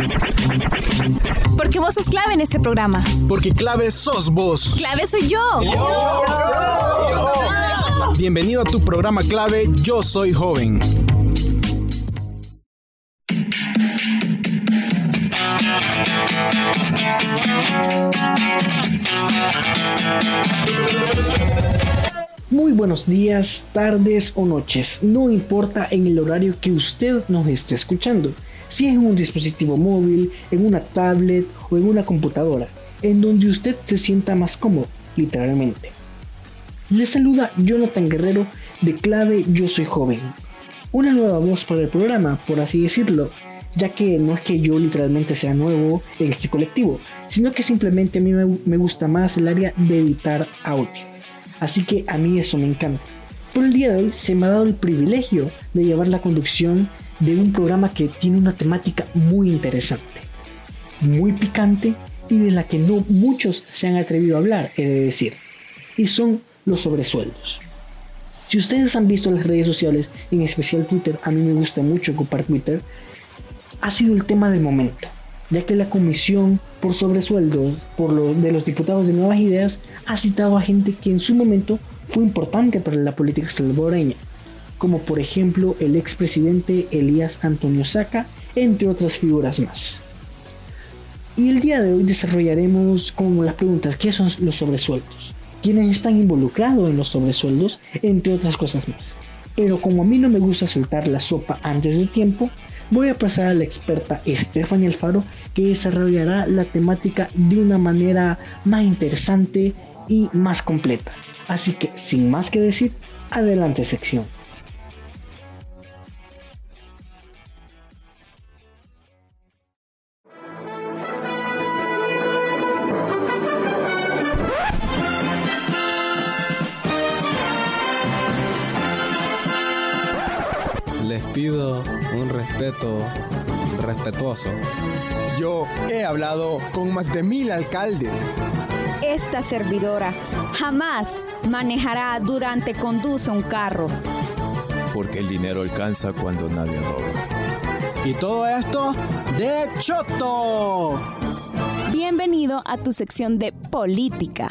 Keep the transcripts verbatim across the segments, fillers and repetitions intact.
Porque vos sos clave en este programa. Porque clave sos vos. Clave soy yo. Bienvenido a tu programa clave Yo Soy Joven. Muy buenos días, tardes o noches, no importa en el horario que usted nos esté escuchando, si es en un dispositivo móvil, en una tablet o en una computadora, en donde usted se sienta más cómodo, literalmente. Le saluda Jonathan Guerrero de Clave Yo Soy Joven, una nueva voz para el programa, por así decirlo, ya que no es que yo literalmente sea nuevo en este colectivo, sino que simplemente a mí me, me gusta más el área de editar audio. Así que a mí eso me encanta. Por el día de hoy se me ha dado el privilegio de llevar la conducción de un programa que tiene una temática muy interesante, muy picante y de la que no muchos se han atrevido a hablar, he de decir, y son los sobresueldos. Si ustedes han visto las redes sociales, en especial Twitter, a mí me gusta mucho ocupar Twitter, ha sido el tema del momento, ya que la comisión por sobresueldos por lo, de los diputados de Nuevas Ideas ha citado a gente que en su momento fue importante para la política salvadoreña, como por ejemplo el expresidente Elías Antonio Saca, entre otras figuras más. Y el día de hoy desarrollaremos con las preguntas: ¿qué son los sobresueldos? ¿Quiénes están involucrados en los sobresueldos? Entre otras cosas más. Pero como a mí no me gusta soltar la sopa antes de tiempo, voy a pasar a la experta Stephanie Alfaro, que desarrollará la temática de una manera más interesante y más completa. Así que, sin más que decir, adelante sección. Les pido un respeto respetuoso. Yo he hablado con más de mil alcaldes. Esta servidora jamás manejará durante conduce un carro. Porque el dinero alcanza cuando nadie roba. Y todo esto de Choto. Bienvenido a tu sección de política.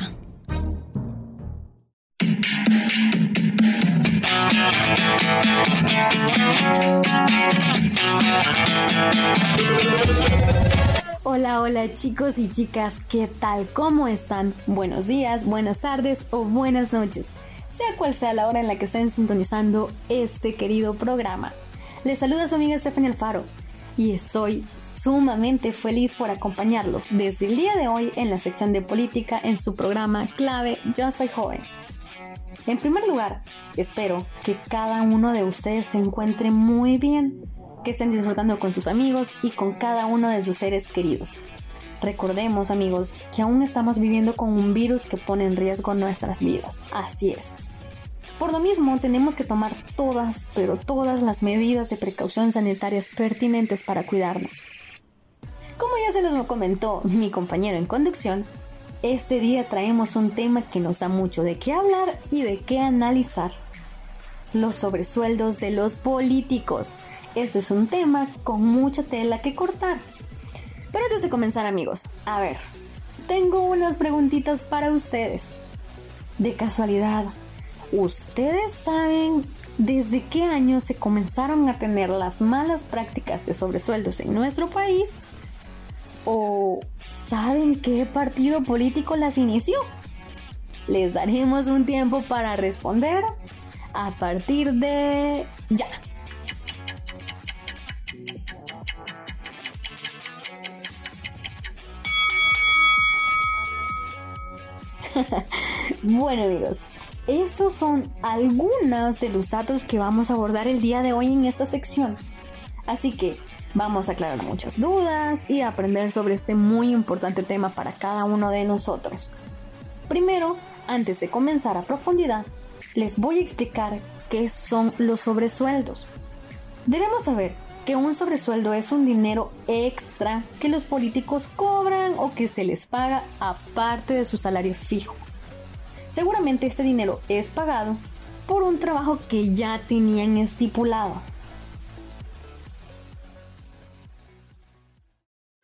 Hola, hola chicos y chicas, ¿qué tal? ¿Cómo están? Buenos días, buenas tardes o buenas noches, sea cual sea la hora en la que estén sintonizando este querido programa. Les saluda su amiga Stephanie Alfaro y estoy sumamente feliz por acompañarlos desde el día de hoy en la sección de política en su programa Clave Yo Soy Joven. En primer lugar, espero que cada uno de ustedes se encuentre muy bien, que estén disfrutando con sus amigos y con cada uno de sus seres queridos. Recordemos, amigos, que aún estamos viviendo con un virus que pone en riesgo nuestras vidas. Así es. Por lo mismo, tenemos que tomar todas, pero todas las medidas de precaución sanitarias pertinentes para cuidarnos. Como ya se los comentó mi compañero en conducción, este día traemos un tema que nos da mucho de qué hablar y de qué analizar: los sobresueldos de los políticos. Este es un tema con mucha tela que cortar. Pero antes de comenzar, amigos, a ver, tengo unas preguntitas para ustedes. De casualidad, ¿ustedes saben desde qué año se comenzaron a tener las malas prácticas de sobresueldos en nuestro país? ¿O saben qué partido político las inició? Les daremos un tiempo para responder a partir de ya. Bueno, amigos, estos son algunos de los datos que vamos a abordar el día de hoy en esta sección. Así que vamos a aclarar muchas dudas y aprender sobre este muy importante tema para cada uno de nosotros. Primero, antes de comenzar a profundidad, les voy a explicar qué son los sobresueldos. Debemos saber que un sobresueldo es un dinero extra que los políticos cobran o que se les paga aparte de su salario fijo. Seguramente este dinero es pagado por un trabajo que ya tenían estipulado.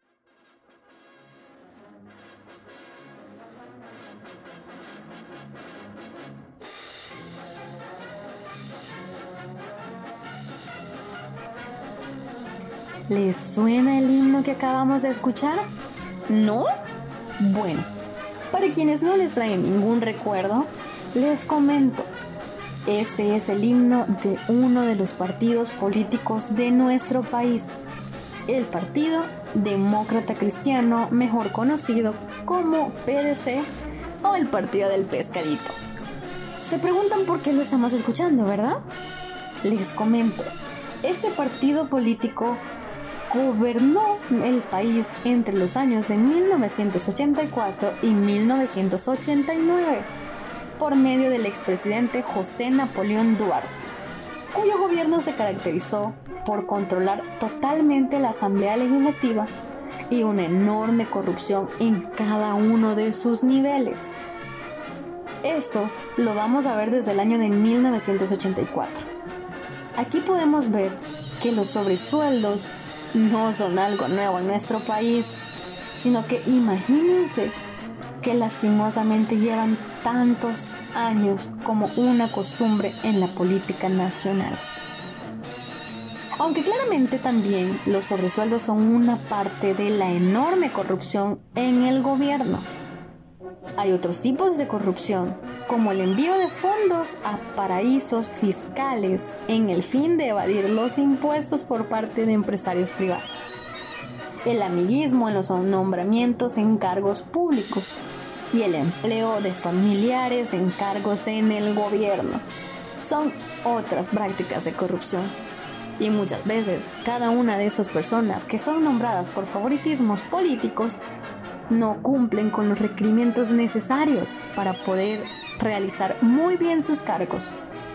¿Les suena el himno que acabamos de escuchar? ¿No? Bueno, para quienes no les traen ningún recuerdo, les comento. Este es el himno de uno de los partidos políticos de nuestro país, el Partido Demócrata Cristiano, mejor conocido como P D C o el Partido del Pescadito. Se preguntan por qué lo estamos escuchando, ¿verdad? Les comento, este partido político gobernó el país entre los años de mil novecientos ochenta y cuatro y mil novecientos ochenta y nueve por medio del expresidente José Napoleón Duarte, cuyo gobierno se caracterizó por controlar totalmente la Asamblea Legislativa y una enorme corrupción en cada uno de sus niveles. Esto lo vamos a ver desde el año de mil novecientos ochenta y cuatro. Aquí podemos ver que los sobresueldos no son algo nuevo en nuestro país, sino que imagínense que lastimosamente llevan tantos años como una costumbre en la política nacional. Aunque claramente también los sobresueldos son una parte de la enorme corrupción en el gobierno. Hay otros tipos de corrupción, como el envío de fondos a paraísos fiscales en el fin de evadir los impuestos por parte de empresarios privados. El amiguismo en los nombramientos en cargos públicos y el empleo de familiares en cargos en el gobierno son otras prácticas de corrupción. Y muchas veces cada una de estas personas que son nombradas por favoritismos políticos no cumplen con los requerimientos necesarios para poder realizar muy bien sus cargos.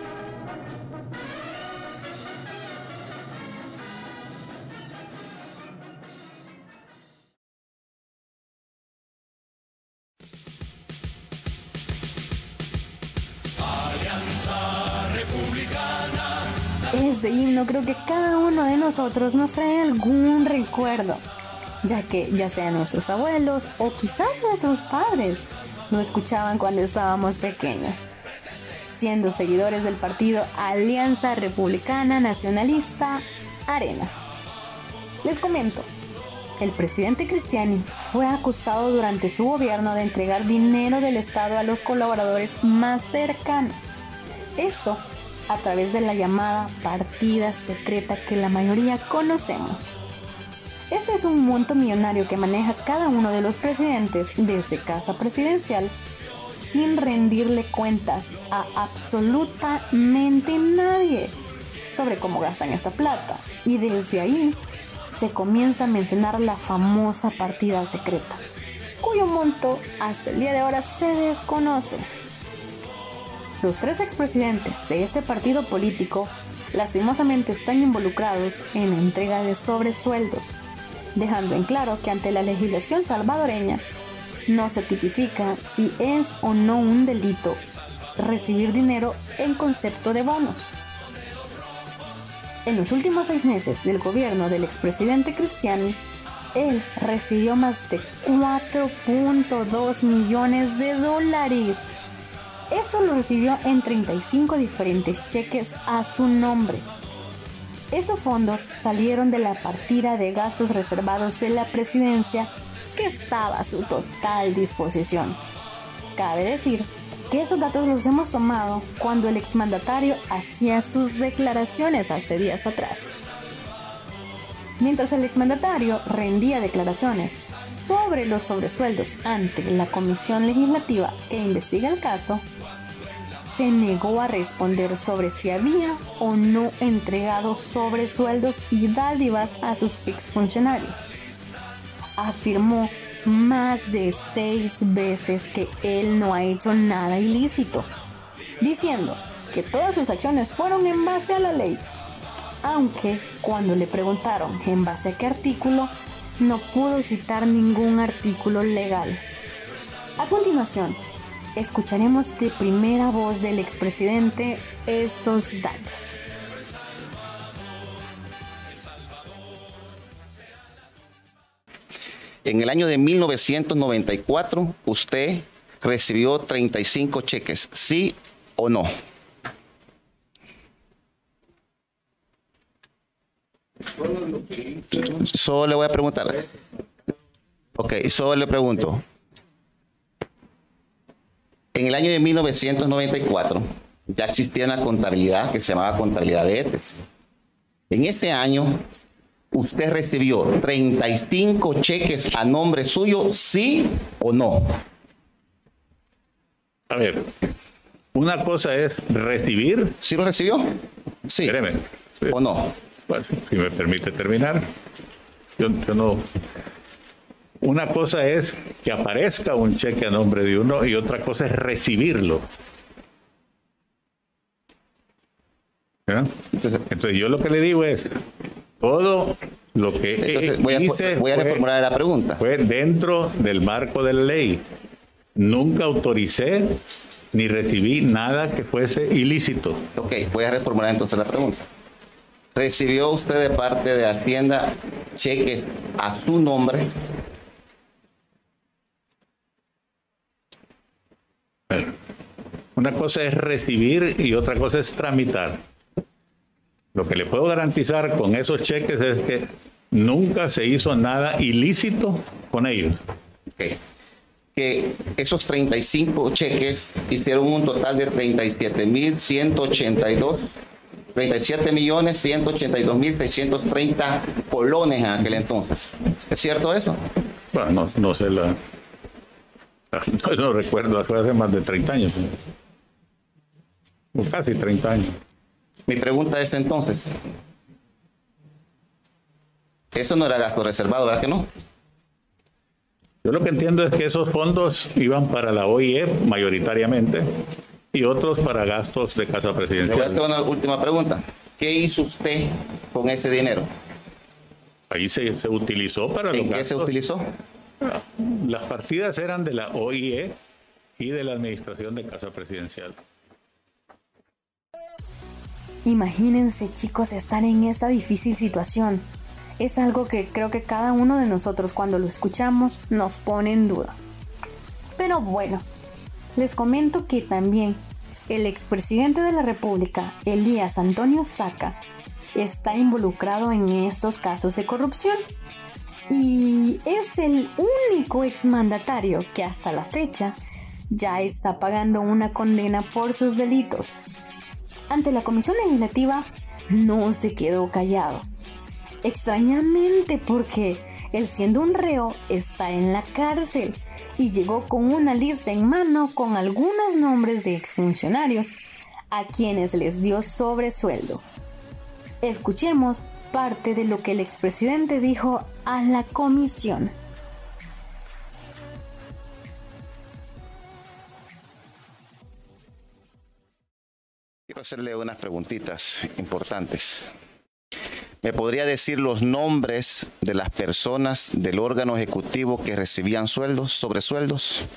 Este himno creo que cada uno de nosotros nos trae algún recuerdo, ya que ya sean nuestros abuelos o quizás nuestros padres lo escuchaban cuando estábamos pequeños, siendo seguidores del partido Alianza Republicana Nacionalista Arena. Les comento, el presidente Cristiani fue acusado durante su gobierno de entregar dinero del Estado a los colaboradores más cercanos. Esto a través de la llamada partida secreta que la mayoría conocemos. Este es un monto millonario que maneja cada uno de los presidentes desde Casa Presidencial sin rendirle cuentas a absolutamente nadie sobre cómo gastan esta plata. Y desde ahí se comienza a mencionar la famosa partida secreta, cuyo monto hasta el día de ahora se desconoce. Los tres expresidentes de este partido político lastimosamente están involucrados en la entrega de sobresueldos, dejando en claro que ante la legislación salvadoreña no se tipifica si es o no un delito recibir dinero en concepto de bonos. En los últimos seis meses del gobierno del expresidente Cristiani, él recibió más de cuatro punto dos millones de dólares. Esto lo recibió en treinta y cinco diferentes cheques a su nombre. Estos fondos salieron de la partida de gastos reservados de la presidencia que estaba a su total disposición. Cabe decir que esos datos los hemos tomado cuando el exmandatario hacía sus declaraciones hace días atrás. Mientras el exmandatario rendía declaraciones sobre los sobresueldos ante la comisión legislativa que investiga el caso, se negó a responder sobre si había o no entregado sobresueldos y dádivas a sus exfuncionarios. Afirmó más de seis veces que él no ha hecho nada ilícito, diciendo que todas sus acciones fueron en base a la ley, aunque cuando le preguntaron en base a qué artículo, no pudo citar ningún artículo legal. A continuación, escucharemos de primera voz del expresidente estos datos. En el año de mil novecientos noventa y cuatro, usted recibió treinta y cinco cheques, ¿sí o no? solo le voy a preguntar. Ok, solo le pregunto. En el año de mil novecientos noventa y cuatro ya existía una contabilidad que se llamaba contabilidad de E T E S. En ese año, ¿usted recibió treinta y cinco cheques a nombre suyo, sí o no? A ver, una cosa es recibir. ¿Sí lo recibió? Sí. Espéreme. ¿O no? Pues, si me permite terminar. Yo, yo no... Una cosa es que aparezca un cheque a nombre de uno y otra cosa es recibirlo. ¿Ya? Entonces, entonces yo lo que le digo es, todo lo que Entonces, voy a, hice voy a reformular la pregunta. Fue dentro del marco de la ley. Nunca autoricé ni recibí nada que fuese ilícito. Ok, voy a reformular entonces la pregunta. ¿Recibió usted de parte de Hacienda cheques a su nombre? Una cosa es recibir y otra cosa es tramitar. Lo que le puedo garantizar con esos cheques es que nunca se hizo nada ilícito con ellos. Okay. Que esos treinta y cinco cheques hicieron un total de treinta y siete mil ciento ochenta y dos, treinta y siete millones ciento ochenta y dos mil seiscientos treinta colones en aquel entonces. ¿Es cierto eso? Bueno, no, no sé la... No, no recuerdo, fue hace más de treinta años. O casi treinta años. Mi pregunta es entonces, eso no era gasto reservado, ¿verdad que no? Yo lo que entiendo es que esos fondos iban para la O I E mayoritariamente y otros para gastos de casa presidencial. Le voy a hacer una última pregunta. ¿Qué hizo usted con ese dinero? Ahí se, se utilizó para los gastos. ¿En qué se utilizó? Las partidas eran de la O I E y de la Administración de Casa Presidencial. Imagínense, chicos, estar en esta difícil situación. Es algo que creo que cada uno de nosotros cuando lo escuchamos nos pone en duda. Pero bueno, les comento que también el expresidente de la República, Elías Antonio Saca, está involucrado en estos casos de corrupción. Y es el único exmandatario que hasta la fecha ya está pagando una condena por sus delitos. Ante la Comisión Legislativa no se quedó callado. Extrañamente, porque él, siendo un reo, está en la cárcel y llegó con una lista en mano con algunos nombres de exfuncionarios a quienes les dio sobresueldo. Escuchemos parte de lo que el expresidente dijo a la comisión. Quiero hacerle unas preguntitas importantes. ¿Me podría decir los nombres de las personas del órgano ejecutivo que recibían sueldos, sobresueldos?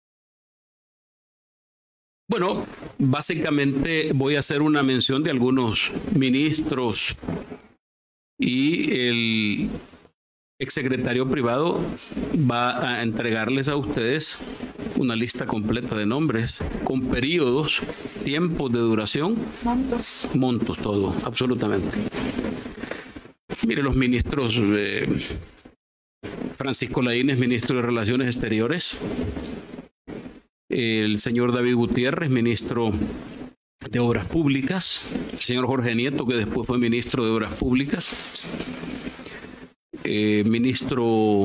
Bueno, básicamente voy a hacer una mención de algunos ministros y el exsecretario privado va a entregarles a ustedes una lista completa de nombres con periodos, tiempos de duración, montos, montos, todo, absolutamente. Mire, los ministros, eh, Francisco Laínez, ministro de Relaciones Exteriores, el señor David Gutiérrez, ministro de Obras Públicas, el señor Jorge Nieto, que después fue ministro de Obras Públicas, eh, ministro,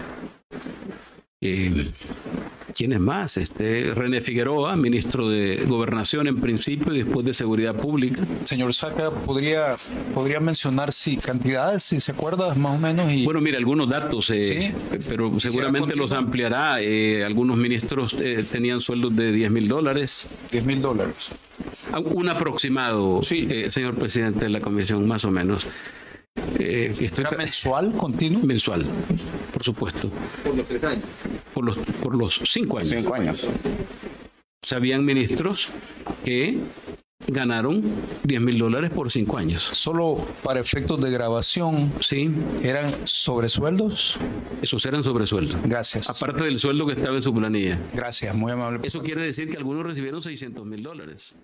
eh, ¿quién es más? Este, René Figueroa, ministro de Gobernación en principio y después de Seguridad Pública. Señor Saca, ¿podría, podría mencionar si cantidades, si se acuerda más o menos? Y... Bueno, mira, algunos datos, eh, ¿sí? Pero seguramente los ampliará. Eh, algunos ministros eh, tenían sueldos de diez mil dólares. diez mil dólares. Un aproximado, sí. eh, señor presidente de la comisión, más o menos. Eh, estoy... ¿Era mensual, continuo? Mensual, por supuesto. ¿Por los tres años? Por los, por los cinco años. Cinco años. O sea, habían ministros que ganaron diez mil dólares por cinco años. Solo para efectos de grabación. Sí. ¿Eran sobresueldos? Esos eran sobresueldos. Gracias. Aparte del sueldo que estaba en su planilla. Gracias, muy amable. Eso quiere decir que algunos recibieron seiscientos mil dólares.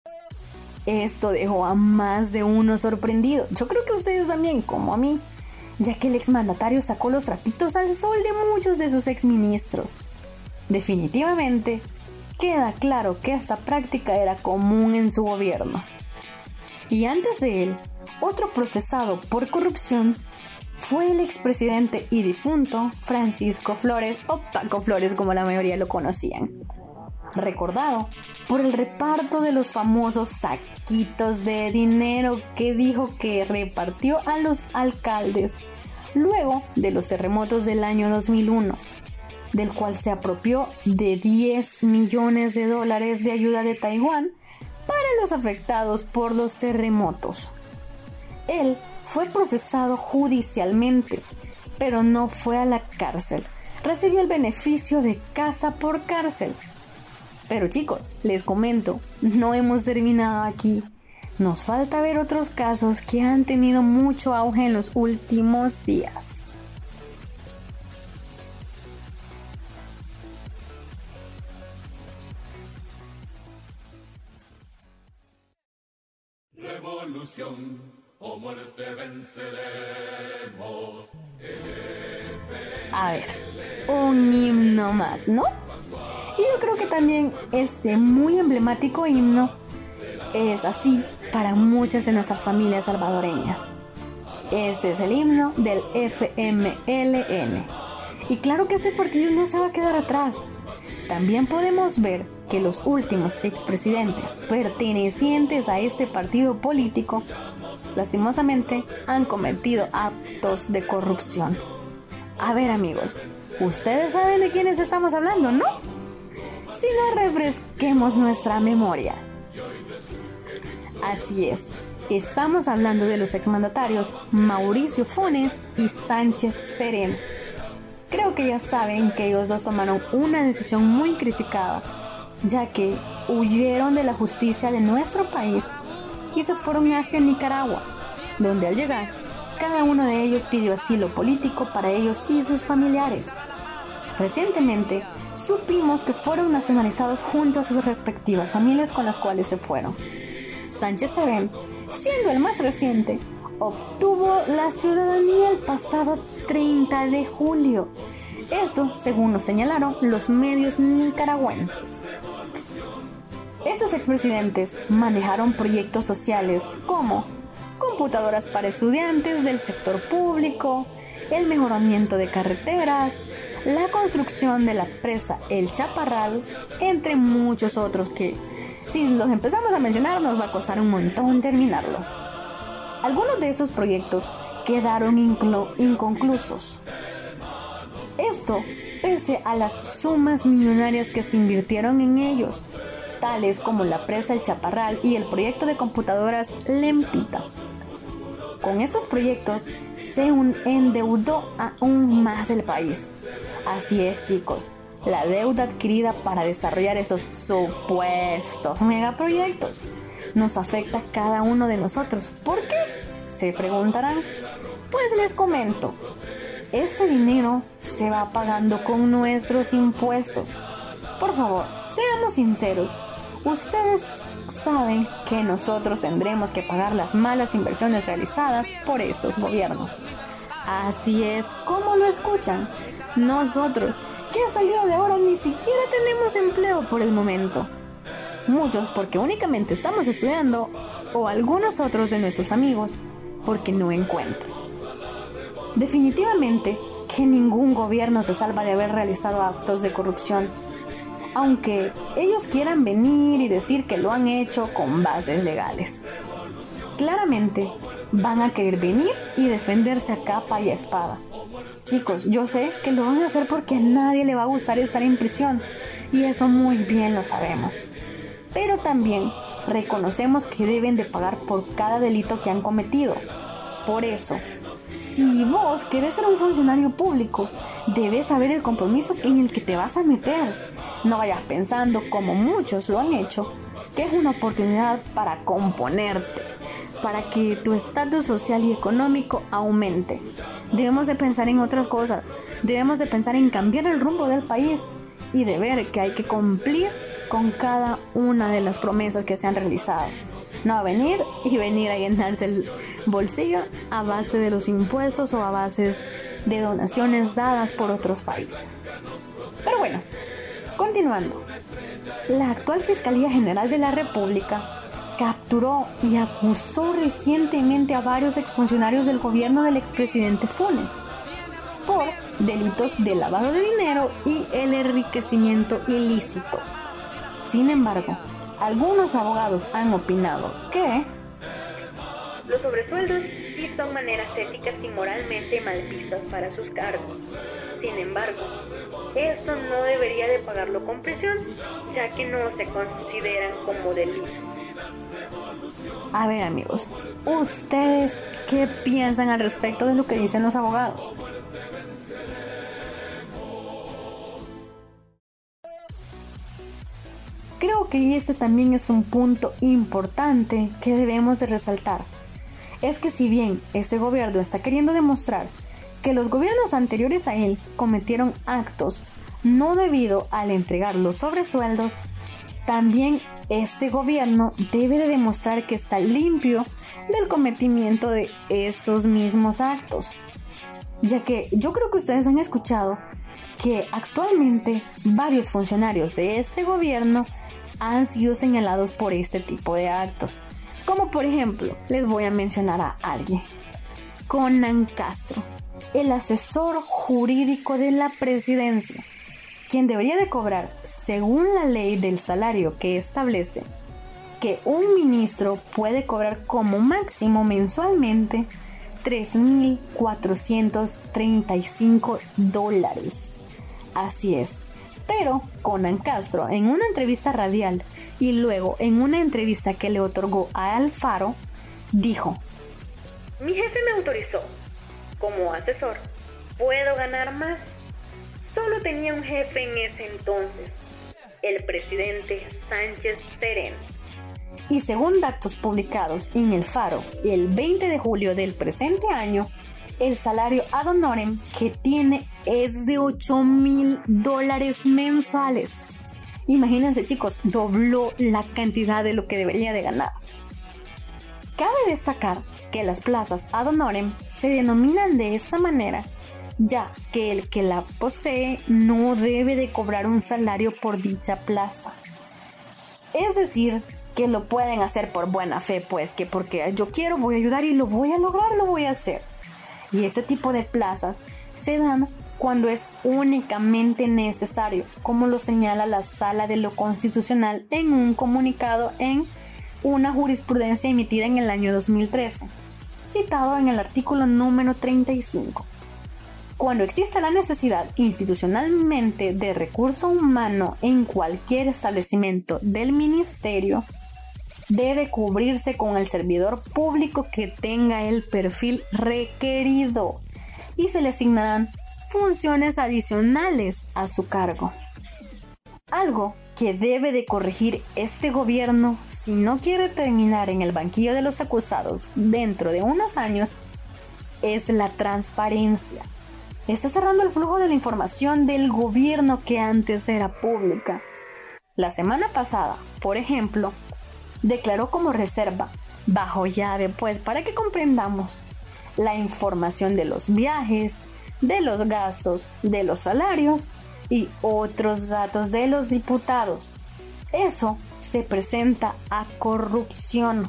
Esto dejó a más de uno sorprendido. Yo creo que ustedes también, como a mí. ya que el exmandatario sacó los trapitos al sol de muchos de sus exministros. Definitivamente, queda claro que esta práctica era común en su gobierno. Y antes de él, otro procesado por corrupción fue el expresidente y difunto Francisco Flores, o Paco Flores como la mayoría lo conocían, recordado por el reparto de los famosos saquitos de dinero que dijo que repartió a los alcaldes luego de los terremotos del año dos mil uno, del cual se apropió de diez millones de dólares de ayuda de Taiwán para los afectados por los terremotos. Él fue procesado judicialmente, pero no fue a la cárcel. Recibió el beneficio de casa por cárcel. Pero chicos, les comento, no hemos terminado aquí. Nos falta ver otros casos que han tenido mucho auge en los últimos días. Revolución o muerte venceremos. A ver, un himno más, ¿no? Y yo creo que también este muy emblemático himno es así para muchas de nuestras familias salvadoreñas. Este es el himno del F M L N. Y claro que este partido no se va a quedar atrás. También podemos ver que los últimos expresidentes pertenecientes a este partido político, lastimosamente, han cometido actos de corrupción. A ver, amigos, ustedes saben de quiénes estamos hablando, ¿no? Si no, refresquemos nuestra memoria. Así es, estamos hablando de los exmandatarios Mauricio Funes y Sánchez Serén. Creo que ya saben que ellos dos tomaron una decisión muy criticada, ya que huyeron de la justicia de nuestro país y se fueron hacia Nicaragua, donde al llegar, cada uno de ellos pidió asilo político para ellos y sus familiares. Recientemente, supimos que fueron nacionalizados junto a sus respectivas familias con las cuales se fueron. Sánchez Serén, siendo el más reciente, obtuvo la ciudadanía el pasado treinta de julio. Esto, según nos señalaron los medios nicaragüenses. Estos expresidentes manejaron proyectos sociales como computadoras para estudiantes del sector público, el mejoramiento de carreteras, la construcción de la presa El Chaparral, entre muchos otros que, si los empezamos a mencionar, nos va a costar un montón terminarlos. Algunos de esos proyectos quedaron inclo- inconclusos. Esto pese a las sumas millonarias que se invirtieron en ellos, tales como la presa El Chaparral y el proyecto de computadoras Lempita. Con estos proyectos se endeudó aún más el país. Así es, chicos, la deuda adquirida para desarrollar esos supuestos megaproyectos nos afecta a cada uno de nosotros. ¿Por qué? Se preguntarán. Pues les comento. Este dinero se va pagando con nuestros impuestos. Por favor, seamos sinceros. Ustedes saben que nosotros tendremos que pagar las malas inversiones realizadas por estos gobiernos. Así es como lo escuchan. Nosotros, que hasta el día de ahora ni siquiera tenemos empleo por el momento. Muchos porque únicamente estamos estudiando, o algunos otros de nuestros amigos porque no encuentran. Definitivamente que ningún gobierno se salva de haber realizado actos de corrupción, aunque ellos quieran venir y decir que lo han hecho con bases legales. Claramente van a querer venir y defenderse a capa y a espada. Chicos, yo sé que lo van a hacer porque a nadie le va a gustar estar en prisión, y eso muy bien lo sabemos. Pero también reconocemos que deben de pagar por cada delito que han cometido. Por eso, si vos querés ser un funcionario público, debes saber el compromiso en el que te vas a meter. No vayas pensando, como muchos lo han hecho, que es una oportunidad para componerte, para que tu estatus social y económico aumente. Debemos de pensar en otras cosas. Debemos de pensar en cambiar el rumbo del país y de ver que hay que cumplir con cada una de las promesas que se han realizado. no a venir y venir a llenarse el bolsillo a base de los impuestos o a bases de donaciones dadas por otros países. Pero bueno, continuando. La actual Fiscalía General de la República capturó y acusó recientemente a varios exfuncionarios del gobierno del expresidente Funes por delitos de lavado de dinero y el enriquecimiento ilícito. Sin embargo, algunos abogados han opinado que los sobresueldos sí son maneras éticas y moralmente mal vistas para sus cargos. Sin embargo, esto no debería de pagarlo con prisión, ya que no se consideran como delitos. A ver, amigos, ¿ustedes qué piensan al respecto de lo que dicen los abogados? Creo que este también es un punto importante que debemos de resaltar. Es que si bien este gobierno está queriendo demostrar que los gobiernos anteriores a él cometieron actos no debido al entregar los sobresueldos, también este gobierno debe de demostrar que está limpio del cometimiento de estos mismos actos. Ya que yo creo que ustedes han escuchado que actualmente varios funcionarios de este gobierno han sido señalados por este tipo de actos. Como por ejemplo, les voy a mencionar a alguien. Conan Castro, el asesor jurídico de la presidencia, quien debería de cobrar, según la ley del salario que establece que un ministro puede cobrar como máximo mensualmente tres mil cuatrocientos treinta y cinco dólares. Así es. Pero Conan Castro, en una entrevista radial y luego en una entrevista que le otorgó a El Faro, dijo: mi jefe me autorizó. Como asesor, puedo ganar más. Solo tenía un jefe en ese entonces, el presidente Sánchez Serén. Y según datos publicados en El Faro el veinte de julio del presente año, el salario ad honorem que tiene es de ocho mil dólares mensuales. Imagínense, chicos, dobló la cantidad de lo que debería de ganar. Cabe destacar que las plazas ad honorem se denominan de esta manera, ya que el que la posee no debe de cobrar un salario por dicha plaza. Es decir, que lo pueden hacer por buena fe, pues que porque yo quiero, voy a ayudar y lo voy a lograr, lo voy a hacer. Y este tipo de plazas se dan cuando es únicamente necesario, como lo señala la Sala de lo Constitucional en un comunicado en una jurisprudencia emitida en el año dos mil trece, citado en el artículo número treinta y cinco. Cuando existe la necesidad institucionalmente de recurso humano en cualquier establecimiento del ministerio, debe cubrirse con el servidor público que tenga el perfil requerido y se le asignarán funciones adicionales a su cargo. Algo que debe de corregir este gobierno si no quiere terminar en el banquillo de los acusados dentro de unos años es la transparencia. Está cerrando el flujo de la información del gobierno que antes era pública. La semana pasada, por ejemplo, declaró como reserva, bajo llave, pues para que comprendamos, la información de los viajes, de los gastos, de los salarios y otros datos de los diputados. Eso se presenta a corrupción.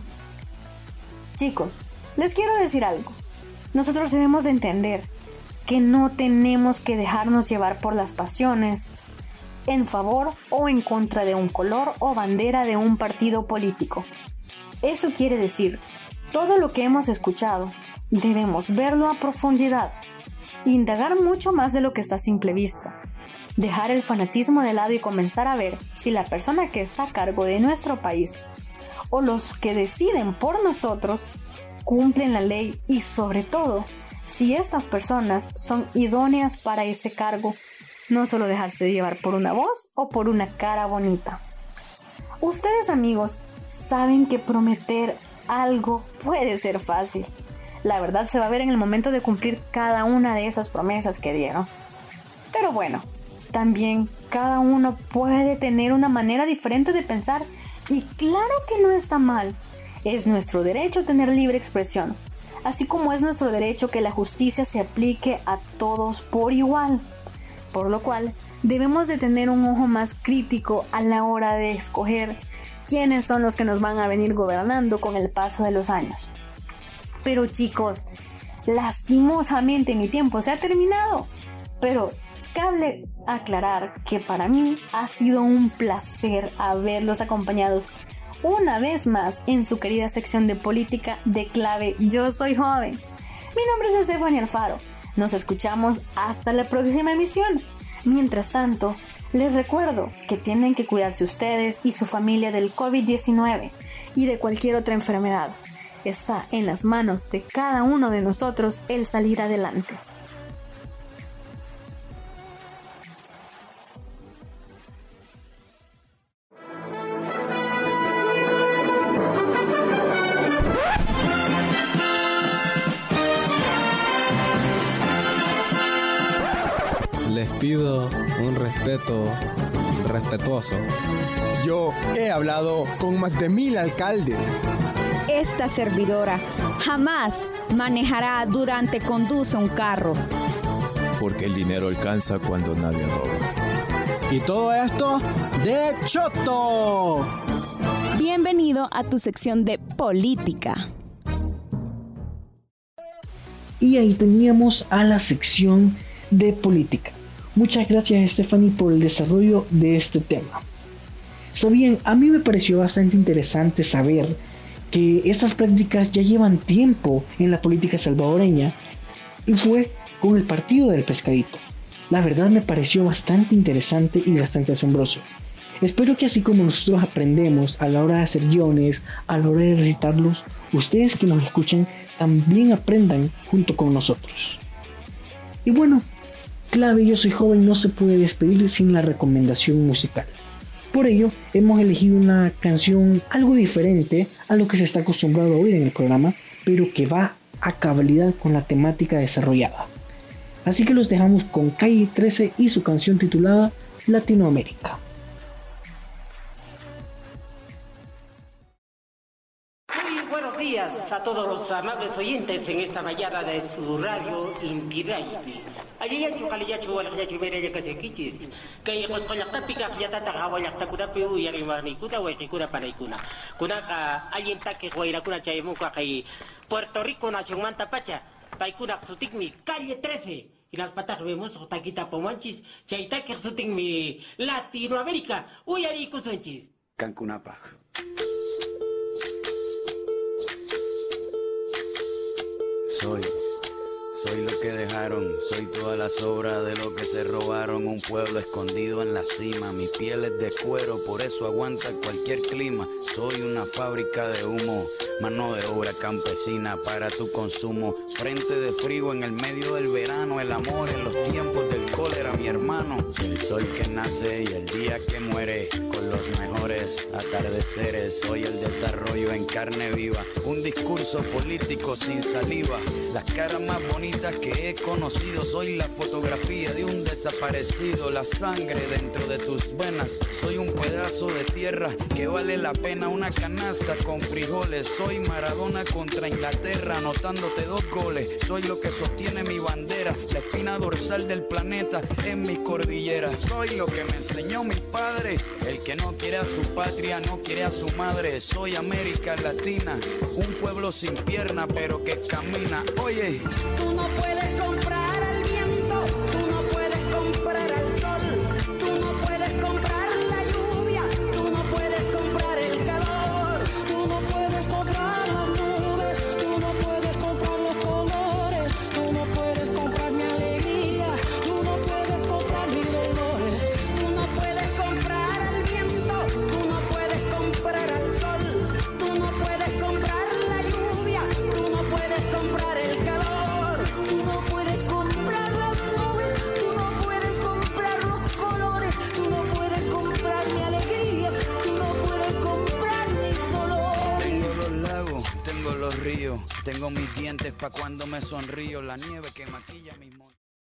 Chicos, les quiero decir algo. Nosotros debemos de entender que no tenemos que dejarnos llevar por las pasiones en favor o en contra de un color o bandera de un partido político. Eso quiere decir, todo lo que hemos escuchado, debemos verlo a profundidad, indagar mucho más de lo que está a simple vista, dejar el fanatismo de lado y comenzar a ver si la persona que está a cargo de nuestro país o los que deciden por nosotros cumplen la ley y sobre todo, si estas personas son idóneas para ese cargo, no solo dejarse llevar por una voz o por una cara bonita. Ustedes, amigos, saben que prometer algo puede ser fácil. La verdad se va a ver en el momento de cumplir cada una de esas promesas que dieron. Pero bueno, también cada uno puede tener una manera diferente de pensar y claro que no está mal Es nuestro derecho tener libre expresión, así como es nuestro derecho que la justicia se aplique a todos por igual, por lo cual debemos de tener un ojo más crítico a la hora de escoger quiénes son los que nos van a venir gobernando con el paso de los años. Pero chicos, lastimosamente mi tiempo se ha terminado, pero cabe aclarar que para mí ha sido un placer haberlos acompañados una vez más en su querida sección de política de clave Yo Soy Joven. Mi nombre es Estefania Alfaro. Nos escuchamos hasta la próxima emisión. Mientras tanto, les recuerdo que tienen que cuidarse ustedes y su familia del covid diecinueve y de cualquier otra enfermedad. Está en las manos de cada uno de nosotros el salir adelante. Les pido un respeto respetuoso. Yo he hablado con más de mil alcaldes. Esta servidora jamás manejará durante conduce un carro. Porque el dinero alcanza cuando nadie roba. Y todo esto de Choto. Bienvenido a tu sección de política. Y ahí teníamos a la sección de política. Muchas gracias, Stephanie, por el desarrollo de este tema. Sabían, a mí me pareció bastante interesante saber que estas prácticas ya llevan tiempo en la política salvadoreña y fue con el partido del pescadito. La verdad me pareció bastante interesante y bastante asombroso. Espero que así como nosotros aprendemos a la hora de hacer guiones, a la hora de recitarlos, ustedes que nos escuchan también aprendan junto con nosotros. Y bueno, Clave Yo Soy Joven no se puede despedir sin la recomendación musical. Por ello, hemos elegido una canción algo diferente a lo que se está acostumbrado a oír en el programa, pero que va a cabalidad con la temática desarrollada. Así que los dejamos con Calle trece y su canción titulada Latinoamérica. Muy buenos días a todos los amables oyentes en esta mañana de su radio Inti Radio. Aliyachu kaliyachu walayachu mereya kasekichis. Kay qosqollaqtapiqa qillatata hawallaqtakunapi uyarimarniykuna wayqikuna panaykuna. Kunaqa allintaki wayrakuna chaymunqa kay Puerto Rico nacionmanta pacha. Paykunaq sutinmi Calle trece. Y las patas vemos taquita pomanchis. Chaytaki sutinmi Latinoamérica. Uyarikusunchis. Cancunapa. Soy, soy lo que dejaron, soy toda la sobra de lo que se robaron. Un pueblo escondido en la cima, mi piel es de cuero, por eso aguanta cualquier clima. Soy una fábrica de humo, mano de obra campesina para tu consumo. Frente de frío en el medio del verano, el amor en los tiempos del cólera, mi hermano. El sol que nace y el día que muere, con los mejores atardeceres. Soy el desarrollo en carne viva, un discurso político sin saliva. Las caras más bonitas que he conocido, soy la fotografía de un desaparecido. La sangre dentro de tus venas, soy un pedazo de tierra que vale la pena una canasta con frijoles. Soy Maradona contra Inglaterra, anotándote dos goles. Soy lo que sostiene mi bandera, la espina dorsal del planeta en mis cordilleras. Soy lo que me enseñó mi padre, el que no quiere a su patria, no quiere a su madre. Soy América Latina, un pueblo sin pierna pero que camina. Oye, tú no puedes comprar al viento, tú no puedes comprar al sol, tú no puedes comprar la lluvia, tú no puedes comprar el calor, tú no puedes comprar las nubes, tú no puedes comprar los colores, tú no puedes comprar mi alegría, tú no puedes comprar mis dolores, tú no puedes comprar al viento, tú no puedes comprar al sol, tú no puedes comprar la lluvia, tú no puedes comprar el calor, tú no puedes comprar las nubes, tú no puedes comprar los colores, tú no puedes comprar mi alegría, tú no puedes comprar mis dolores. Tengo los lagos, tengo los ríos, tengo mis dientes pa' cuando me sonrío, la nieve que maquilla mis montes.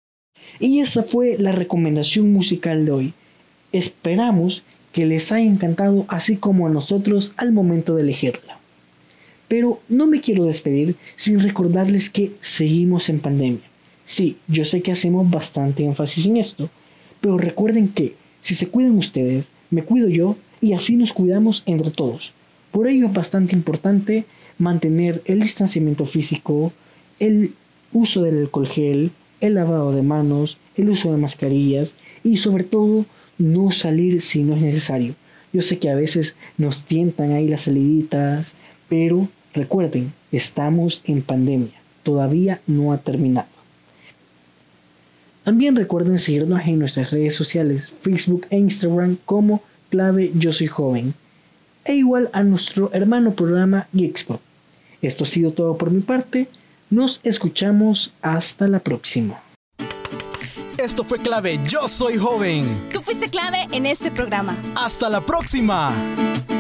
Y esa fue la recomendación musical de hoy. Esperamos que les haya encantado así como a nosotros al momento de elegirla. Pero no me quiero despedir sin recordarles que seguimos en pandemia. Sí, yo sé que hacemos bastante énfasis en esto, pero recuerden que si se cuidan ustedes, me cuido yo y así nos cuidamos entre todos. Por ello es bastante importante mantener el distanciamiento físico, el uso del alcohol gel, el lavado de manos, el uso de mascarillas y sobre todo no salir si no es necesario. Yo sé que a veces nos tientan ahí las saliditas, pero recuerden, estamos en pandemia, todavía no ha terminado. También recuerden seguirnos en nuestras redes sociales, Facebook e Instagram como Clave Yo Soy Joven, e igual a nuestro hermano programa Geekspot. Esto ha sido todo por mi parte, nos escuchamos hasta la próxima. Esto fue Clave Yo Soy Joven. Tú fuiste clave en este programa. Hasta la próxima.